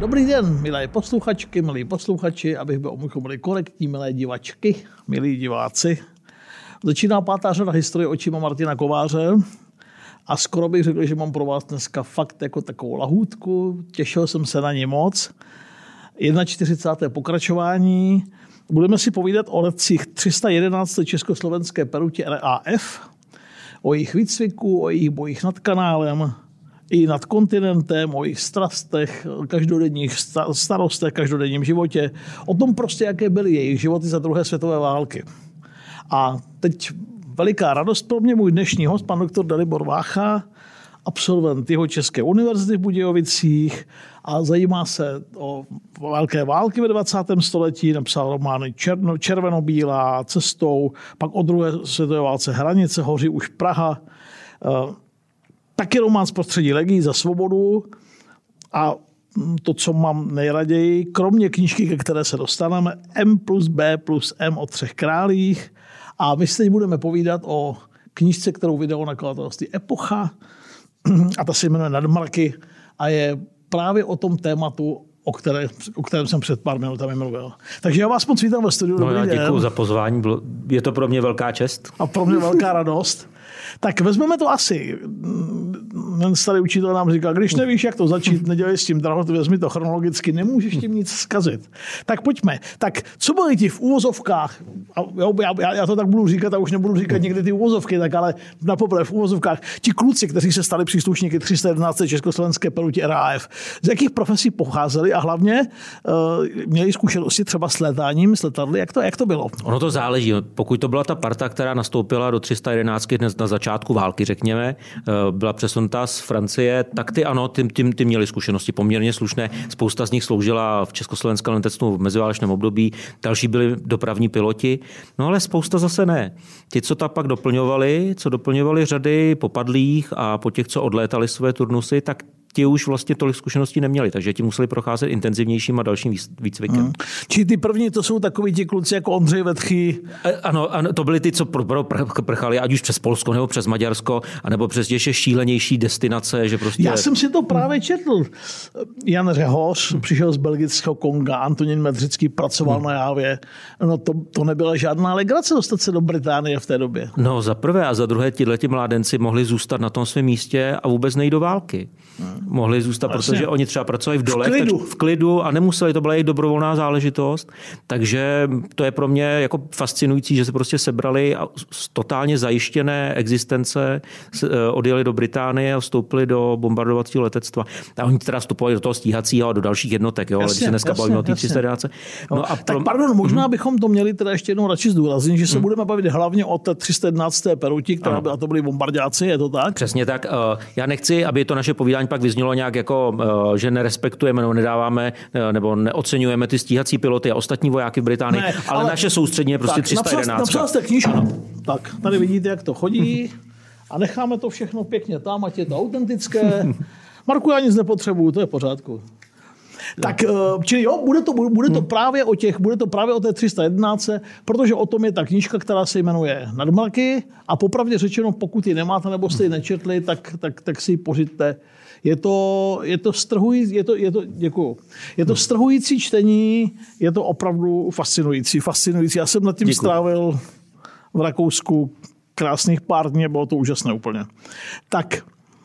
Dobrý den, milé posluchačky, milí posluchači, abych byli korektní, milé divačky, milí diváci. Začíná 5. řada historie očima Martina Kováře a skoro bych řekl, že mám pro vás dneska fakt jako takovou lahůdku. Těšil jsem se na ní moc. 41. pokračování. Budeme si povídat o letcích 311. československé peruti RAF, o jejich výcviku, o jejich bojích nad kanálem, i nad kontinentem, o jejich strastech, každodenních starostech, každodenním životě, o tom prostě, jaké byly jejich životy za druhé světové války. A teď veliká radost pro mě, můj dnešní host, pan doktor Dalibor Vácha, absolvent Jihočeské univerzity v Budějovicích a zajímá se o velké války ve 20. století, napsal romány Červenobílá, Cestou, pak o druhé světové válce Hranice, hoří už Praha, taky román z prostředí Legií za svobodu a to, co mám nejraději, kromě knížky, ke které se dostaneme, M+B+M o 3 králích. A my se teď budeme povídat o knížce, kterou vydalo nakladatelství Epocha a ta se jmenuje Nadmrky a je právě o tom tématu, o kterém jsem před pár minutami mluvil. Takže já vás moc vítám ve studiu. No já děkuji za pozvání, je to pro mě velká čest. A pro mě velká radost. Tak vezmeme to asi. Ten starý učitel nám říkal, když nevíš, jak to začít, nedělej s tím drahot, vezmi to chronologicky, nemůžeš tím nic zkazit. Tak pojďme. Tak co byly ti v úvozovkách, já to tak budu říkat a už nebudu říkat někdy ty úvozovky, tak ale napoprvé v úvozovkách, ti kluci, kteří se stali příslušníky 311. československé peruti RAF, z jakých profesí pocházeli a hlavně měli zkušenosti třeba s letáním, s letadly, jak to bylo? Ono to záleží. Pokud to byla ta parta, která nastoupila do 311 dnes na začátku války, řekněme, byla přesunutá z Francie, tak ty ano, ty měli zkušenosti poměrně slušné. Spousta z nich sloužila v československém letectvu v meziválečném období, další byli dopravní piloti, no ale spousta zase ne. Ti, co tam pak doplňovali řady popadlých a po těch, co odlétali své turnusy, tak ti už vlastně tolik zkušeností neměli, takže ti museli procházet intenzivnějším a dalším výcvikem. Či ty první, to jsou takoví ti kluci jako Ondřej Vetchy? Ano, to byli ty, co prchali ať už přes Polsko nebo přes Maďarsko, anebo přes ještě šílenější destinace, že prostě... Já jsem si to právě četl. Jan Řehoř přišel z belgického Konga, Antonín Medřický pracoval na Jávě. No to nebyla žádná legrace dostat se do Británie v té době. No za prvé a za druhé tihleti mládenci mohli zůstat na tom svém místě a vůbec nejít do války. Mohli zůstat, protože oni třeba pracovali v dolech, v klidu a nemuseli, to byla jejich dobrovolná záležitost. Takže to je pro mě jako fascinující, že se prostě sebrali a z totálně zajištěné existence odjeli do Británie a vstoupili do bombardovacího letectva. A oni teda vstupovali do toho stíhacího a do dalších jednotek, jo, ale když se dneska bavíme o té 311. No a tak pardon, možná bychom to měli teda ještě jednou radši zdůraznit, že se budeme bavit hlavně o té 311. peruti, která byla, to byli bombardáci, je to tak? Přesně tak. Já nechci, aby to naše povídání pak vyznělo nějak jako, že nerespektujeme nebo nedáváme nebo neoceňujeme ty stíhací piloty a ostatní vojáky v Británii, ale naše soustřední je prostě 311. Napsal jste knížku. Tak, tady vidíte, jak to chodí a necháme to všechno pěkně tam, ať je to autentické. Marku, já nic nepotřebuju, to je v pořádku. Tak, čili jo, bude to právě o té 311, protože o tom je ta knížka, která se jmenuje Nadmrky a popravdě řečeno, pokud ji nemáte nebo jste ji nečetli, tak si ji pořiďte. Je to strhující čtení, je to opravdu fascinující. Já jsem nad tím strávil v Rakousku krásných pár dní, bylo to úžasné úplně. Tak,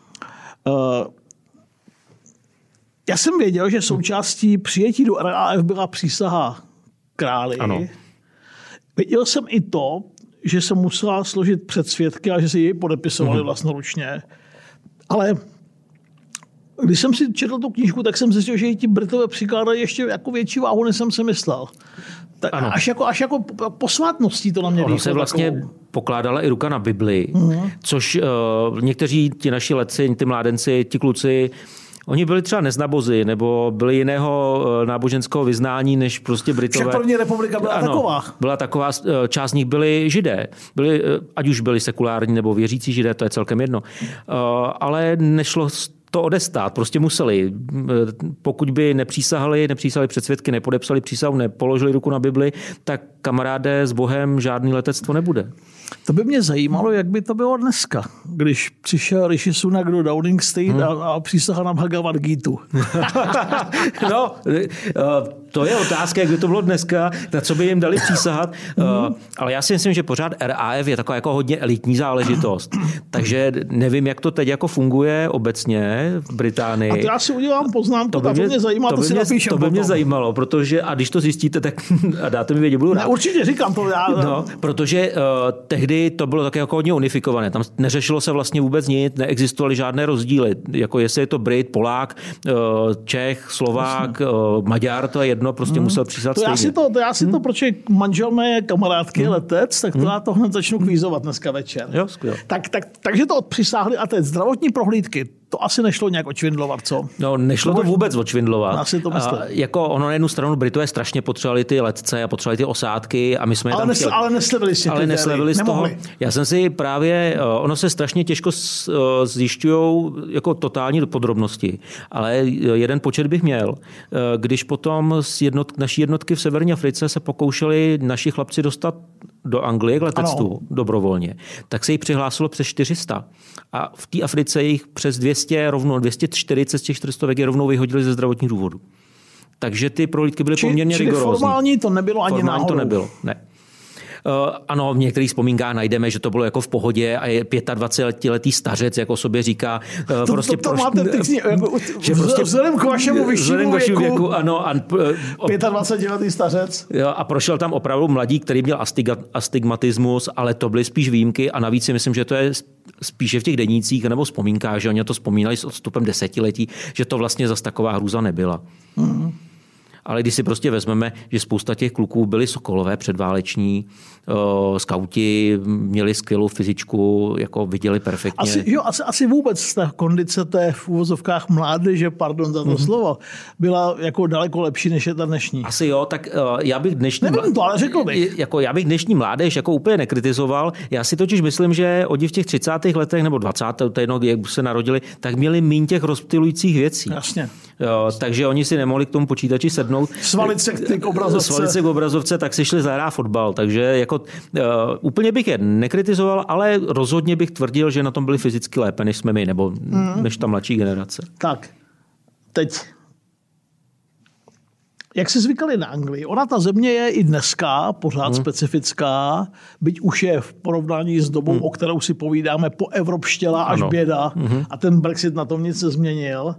já jsem věděl, že součástí přijetí do RAF byla přísaha králi. Ano. Věděl jsem i to, že se musela složit před svědky a že si ji podepisovali vlastnoručně. Ale když jsem si četl tu knížku, tak jsem zjistil, že ji ti Britové přikládají ještě jako větší váhu, než jsem si myslel. Až jako posvátností to na mě ono se vlastně pokládala i ruka na Bibli, což někteří ti naši letci, ty mládenci, ti kluci, oni byli třeba neznabozy, nebo byli jiného náboženského vyznání, než prostě Britové. Však první republika byla taková. Byla taková, část z nich byli Židé. Ať už byli sekulární nebo věřící Židé, to je celkem jedno. Ale nešlo to odestát, prostě museli. Pokud by nepřísahali před svědky, nepodepsali přísahu, nepoložili ruku na Bibli, tak kamaráde, s Bohem žádný letectvo nebude. To by mě zajímalo, jak by to bylo dneska, když přišel Rishi Sunak do Downing Street a přísahal na Bhagavad Gitu. No, to je otázka, jak by to bylo dneska, na co by jim dali přísahat. Ale já si myslím, že pořád RAF je taková jako hodně elitní záležitost. Takže nevím, jak to teď jako funguje obecně v Británii. A to já si udělám poznámku, to mě zajímá, to si napíšem. To by mě zajímalo, protože, a když to zjistíte, tak a dáte mi vědět, budu rád. Ne, určitě říkám to. No, protože tehdy to bylo také jako hodně unifikované. Tam neřešilo se vlastně vůbec nic, neexistovaly žádné rozdíly. Jako jestli je to Brit, Polák, Čech, Slovák, Maďar, to je jedno, prostě musel přísat stejně. Já si to, protože manžel mé kamarádky je letec, tak to já to hned začnu kvízovat dneska večer. Jo, takže to odpřisáhli a teď zdravotní prohlídky. To asi nešlo nějak očvindlovat, co? No, nešlo to vůbec očvindlovat. Asi to jako ono na jednu stranu Britové strašně potřebovali ty letce a potřebovali ty osádky a my jsme je tam chtěli. Ale neslevili z těch Ale neslevili z toho. Já jsem si právě, ono se strašně těžko zjišťují jako totální podrobnosti, ale jeden počet bych měl. Když potom naší jednotky v severní Africe se pokoušeli naši chlapci dostat do Anglie k letectvu dobrovolně, tak se jich přihlásilo přes 400. A v té Africe jich přes 200, rovnou 240 z těch 400 je rovnou vyhodili ze zdravotních důvodů. Takže ty prohlídky byly poměrně rigorózní. Formální to nebylo ani náhodou. To nebylo, ne. Ano, v některých vzpomínkách najdeme, že to bylo jako v pohodě a je 25letý stařec, jako sobě říká. To máte pěkně, vzhledem k vašemu vyššímu věku. Ano. 25letý stařec. Jo, a prošel tam opravdu mladík, který měl astigmatismus, ale to byly spíš výjimky a navíc si myslím, že to je spíše v těch denících nebo vzpomínkách, že oni to vzpomínali s odstupem desetiletí, že to vlastně zas taková hrůza nebyla. Ale když si prostě vezmeme, že spousta těch kluků byli sokolové předváleční, skauti, měli skvělou fyzičku, jako viděli perfektně. Asi vůbec ta kondice té v úvozovkách mládeže, pardon za to slovo, byla jako daleko lepší, než je ta dnešní. Asi jo, tak já bych dnešní... Nevím to, ale řekl bych. Já bych dnešní mládež jako úplně nekritizoval. Já si totiž myslím, že oni v těch 30. letech nebo 20. jak se narodili, tak měli míň těch rozptylujících věcí. Jasně. Takže oni si nemohli k tomu počítači sednout. Svalit se k obrazovce, tak si šli zahrát fotbal. Takže jako úplně bych je nekritizoval, ale rozhodně bych tvrdil, že na tom byli fyzicky lépe, než jsme my, nebo než ta mladší generace. Tak, teď. Jak si zvykali na Anglii? Ona ta země je i dneska pořád specifická, byť už je v porovnání s dobou, o kterou si povídáme, poevropštěla až běda a ten Brexit na tom nic nezměnil.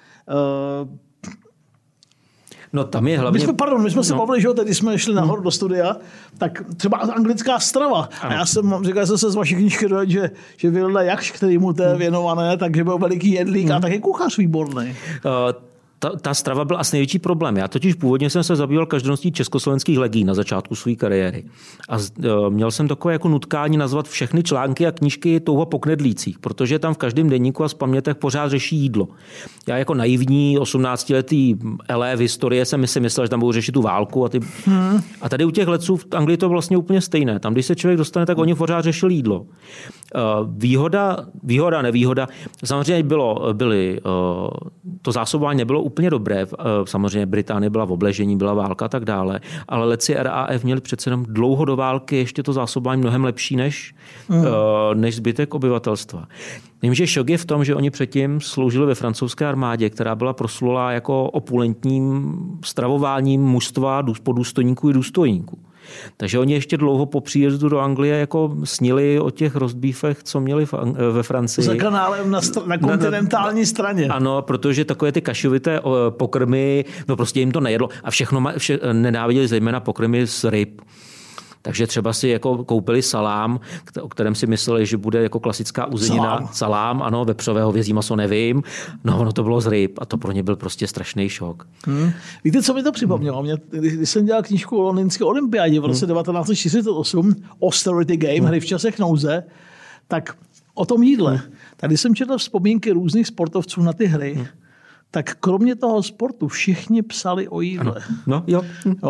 No tam je hlavně... My jsme se bavili, že když jsme šli nahoru do studia, tak třeba anglická strava. A já jsem říkal se z vaší knížky dojít, že Vilda Jakš, který mu to je věnované, takže byl veliký jedlík a taky kuchař výborný. Ta strava byl asi největší problém. Já totiž původně jsem se zabýval každoností československých legií na začátku své kariéry. A měl jsem takové jako nutkání nazvat všechny články a knížky Touha po knedlících, protože tam v každém deníku a z pamětech pořád řeší jídlo. Já jako naivní 18letý elé v historii jsem si myslel, že tam budou řešit tu válku. A tady u těch letců v Anglii to vlastně úplně stejné. Tam, když se člověk dostane, tak oni pořád řešili jídlo. Výhoda, nevýhoda. Samozřejmě to zásobování nebylo úplně dobré. Samozřejmě Británie byla v obležení, byla válka a tak dále, ale letci RAF měli přece jenom dlouho do války ještě to zásobování mnohem lepší než zbytek obyvatelstva. Vím, že šok je v tom, že oni předtím sloužili ve francouzské armádě, která byla proslulá jako opulentním stravováním mužstva po důstojníků i důstojníků. Takže oni ještě dlouho po příjezdu do Anglie jako snili o těch roastbeefech, co měli ve Francii. Za kanálem na kontinentální straně. Ano, protože takové ty kašovité pokrmy, no prostě jim to nejedlo. A nenáviděli zejména pokrmy z ryb. Takže třeba si jako koupili salám, o kterém si mysleli, že bude jako klasická uzenina. Salám, ano, vepřové hovězí maso nevím. No, ono to bylo z ryb a to pro ně byl prostě strašný šok. Víte, co mi to připomnělo? Když jsem dělal knížku o londýnské olympiádě v roce 1948, Austerity Game, hry v časech nouze, tak o tom jídle. Tady jsem četl vzpomínky různých sportovců na ty hry. Tak kromě toho sportu všichni psali o jídle. No, jo.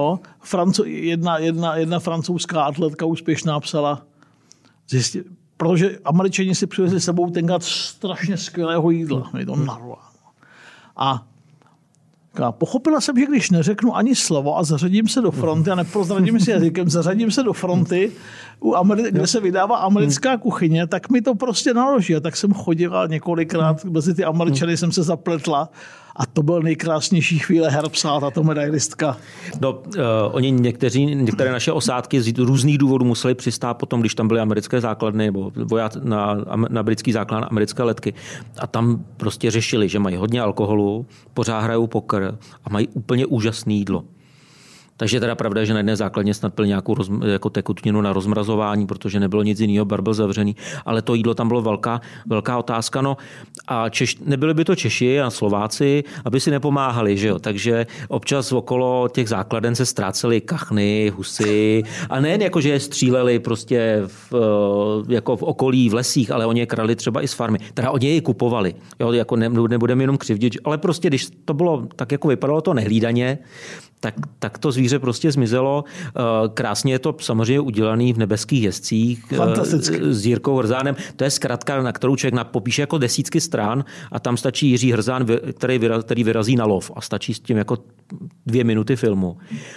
Jedna francouzská atletka úspěšná psala, protože Američani si přivezli sebou tenkrát strašně skvělého jídla. Je to narva. A Pochopila jsem, že když neřeknu ani slovo a zařadím se do fronty a neprozradím si jazykem, zařadím se do fronty, kde se vydává americká kuchyně, tak mi to prostě naloží. A tak jsem chodila několikrát, mezi ty Američany jsem se zapletla a to byl nejkrásnější chvíle Herbstát a to medailistka. No, oni některé naše osádky z různých důvodů museli přistát potom, když tam byly americké základny nebo vojáci na britský základ, americké letky. A tam prostě řešili, že mají hodně alkoholu, pořád hrajou poker a mají úplně úžasné jídlo. Takže teda pravda, že na jedné základně snad byl nějakou jako tekutinu na rozmrazování, protože nebylo nic jiného, bar byl zavřený, ale to jídlo tam bylo velká otázka. No a nebyli by to Češi a Slováci, aby si nepomáhali, že jo? Takže občas okolo těch základen se ztrácely kachny, husy a nejen jako, že je stříleli prostě jako v okolí, v lesích, ale oni je kradli třeba i z farmy. Teda oni je kupovali, jo? Jako nebudeme jenom křivdit, ale prostě když to bylo tak, jako vypadalo to nehlídaně, tak to zvíře prostě zmizelo. Krásně je to samozřejmě udělaný v Nebeských jezdcích s Jirkou Hrzánem. To je zkratka, na kterou člověk popíše jako desítky stran a tam stačí Jiří Hrzán, který vyrazí na lov a stačí s tím jako 2 minuty filmu.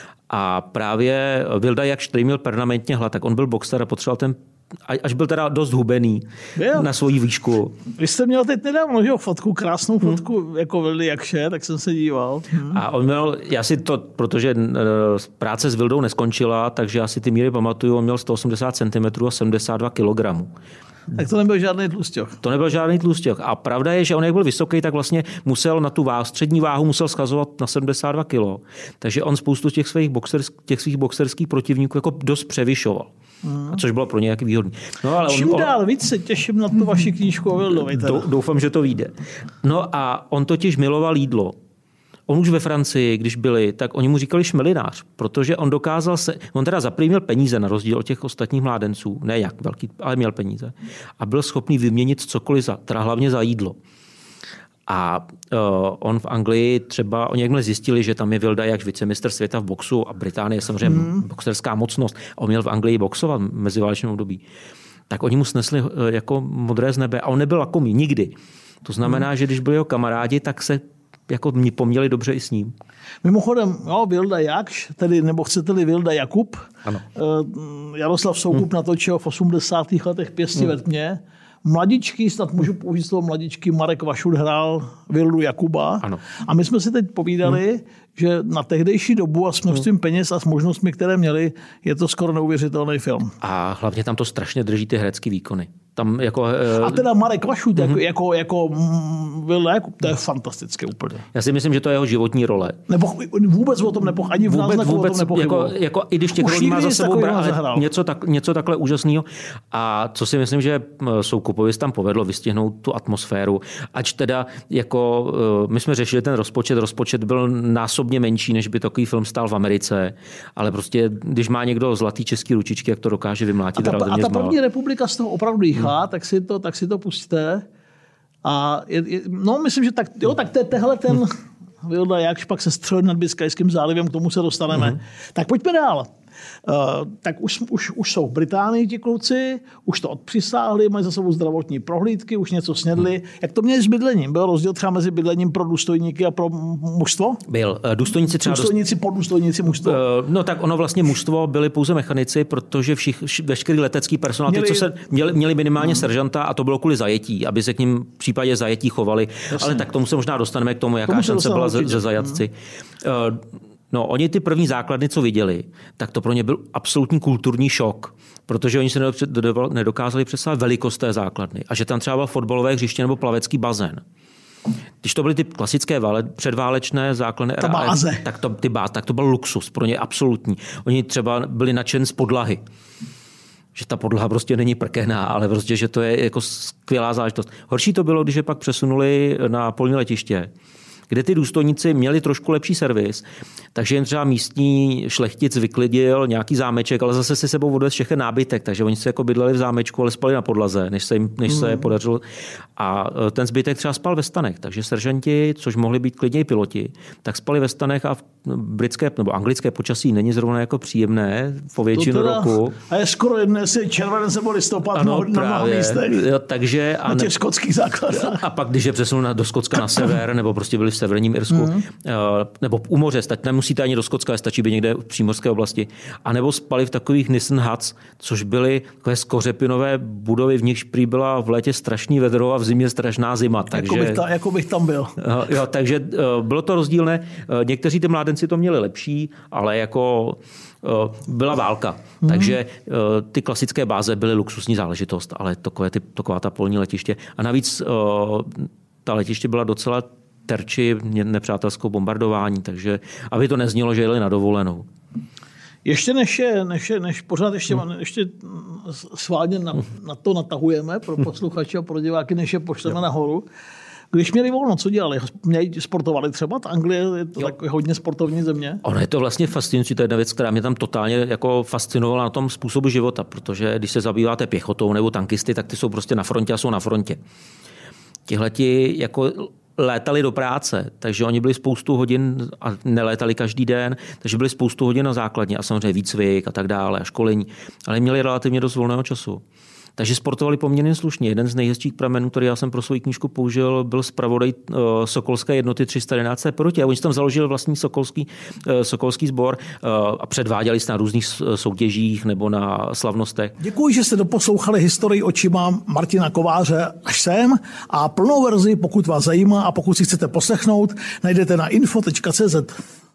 A právě Vilda Jakš, který měl permanentně hlad, tak on byl boxer a potřeboval ten až byl teda dost hubený na svoji výšku. Vy jste měl teď nedávno krásnou fotku jako Vildy Jakše, tak jsem se díval. A on měl, protože práce s Vildou neskončila, takže já si ty míry pamatuju, on měl 180 cm a 72 kg. Tak to nebyl žádný tlusťoch. To nebyl žádný tlusťoch. A pravda je, že on jak byl vysoký, tak vlastně musel na tu střední váhu musel schazovat na 72 kg. Takže on spoustu těch svých boxerských protivníků jako dost převyšoval. Což bylo pro ně nějaký výhodný. No, ale čím dál víc se těším na tu vaši knížku o Vildovi. Doufám, že to vyjde. No a on totiž miloval jídlo. On už ve Francii, když byli, tak oni mu říkali šmelinář, protože on dokázal on teda za první měl peníze na rozdíl od těch ostatních mládenců, ne jak velký, ale měl peníze. A byl schopný vyměnit cokoliv teda hlavně za jídlo. A on v Anglii třeba, oni jakmile zjistili, že tam je Vilda Jakš vicemistr světa v boxu a Británie je samozřejmě boxerská mocnost a on měl v Anglii boxovat v meziválečném období, tak oni mu snesli jako modré z nebe a on nebyl lakomý nikdy. To znamená, že když byli jeho kamarádi, tak se jako poměli dobře i s ním. Mimochodem, Vilda Jakš, tedy nebo chcete-li Vilda Jakub, ano. Jaroslav Soukup natočil v 80. letech Pěsti ve tmě. Mladičký, snad můžu použít slovo mladičký, Marek Vašut hrál Vildu Jakuba. Ano. A my jsme si teď povídali, že na tehdejší dobu a s množstvím peněz a s možnostmi, které měli, je to skoro neuvěřitelný film. A hlavně tam to strašně drží ty herecké výkony. Tam jako, a teda Marek Vašut jako Vilda Jakub, to je fantastické úplně. Já si myslím, že to je jeho životní role. Vůbec o tom ani v náznaku o tom nepochyboval. Jako i když těch rolí má za sebou něco takhle úžasného. A co si myslím, že Soukupovi tam povedlo vystihnout tu atmosféru. Ač teda jako my jsme řešili ten rozpočet byl násobně menší, než by takový film stál v Americe, ale prostě když má někdo zlatý český ručičky, jak to dokáže vymlátit. A ta první republika z toho opravdu jíchá, tak si to pustíte. A myslím, že tak tehle ten Vilda Jakš pak se střelil nad Biskajským zálivem, k tomu se dostaneme. Tak pojďme dál. Tak už jsou v Británii ti kluci, už to odpřisáhli, mají za sebou zdravotní prohlídky, už něco snědli. Jak to měli s bydlením? Byl rozdíl třeba mezi bydlením pro důstojníky a pro mužstvo? Byl. Důstojníci podůstojníci mužstvo? No tak ono vlastně mužstvo byli pouze mechanici, protože veškerý letecký personál, ty, co se měli minimálně seržanta a to bylo kvůli zajetí, aby se k ním v případě zajetí chovali. Jasně. Ale tak tomu se možná dostaneme k tomu, jaká šance byla ze zajatci. No, oni ty první základny, co viděli, tak to pro ně byl absolutní kulturní šok, protože oni se nedokázali představit velikost té základny a že tam třeba bylo fotbalové hřiště nebo plavecký bazén. Když to byly ty klasické předválečné základny RAF, tak to byl luxus, pro ně absolutní. Oni třeba byli nadšen z podlahy. Že ta podlaha prostě není prkená, ale prostě, že to je jako skvělá záležitost. Horší to bylo, když je pak přesunuli na polní letiště, kde ty důstojníci měli trošku lepší servis, takže jim třeba místní šlechtic vyklidil nějaký zámeček, ale zase si sebou odvez všechny nábytek, takže oni se jako bydleli v zámečku, ale spali na podlaze, než se podařilo. A ten zbytek třeba spal ve stanech, takže seržanti, což mohli být klidně i piloti, tak spali ve stanech a britské nebo anglické počasí není zrovna jako příjemné po většinu roku. A je skoro jedno, jestli červenec nebo listopad na mnoha místech. Jo, takže na těch skotských základách. A pak, když je přesunul do Skotska na sever, nebo prostě byli v severním Irsku, nebo u moře, nemusíte ani do Skotska, stačí být někde v přímořské oblasti, anebo spali v takových Nissen Huts, což byly takové skořepinové budovy, v nichž prý byla v létě strašný vedro a v zimě strašná zima. Takže, jako bych tam byl. Jo, takže bylo to rozdílné. Někteří ty mládenci to měli lepší, ale jako byla válka. Takže ty klasické báze byly luxusní záležitost, ale taková ta polní letiště. A navíc ta letiště byla docela terči nepřátelskou bombardování, takže aby to neznělo, že jeli na dovolenou. Ještě než pořád ještě sválně na to natahujeme pro posluchače a pro diváky, než je pošleme nahoru. Když měli volno, co dělali? Sportovali třeba? Anglie je to takový hodně sportovní země. Ono je to vlastně fascinující. To je jedna věc, která mě tam totálně jako fascinovala na tom způsobu života, protože když se zabýváte pěchotou nebo tankisty, tak ty jsou prostě na frontě a jsou na frontě. Tihleti jako létali do práce, takže oni byli spoustu hodin a nelétali každý den, takže byli spoustu hodin na základně a samozřejmě výcvik a tak dále a školení, ale měli relativně dost volného času. Takže sportovali poměrně slušně. Jeden z nejhezčích pramenů, který já jsem pro svou knížku použil, byl zpravodaj Sokolské jednoty 311. porotě. A oni tam založili vlastní sokolský sbor a předváděli se na různých soutěžích nebo na slavnostech. Děkuji, že jste doposlouchali historii očima Martina Kováře až sem a plnou verzi, pokud vás zajímá a pokud si chcete poslechnout, najdete na info.cz.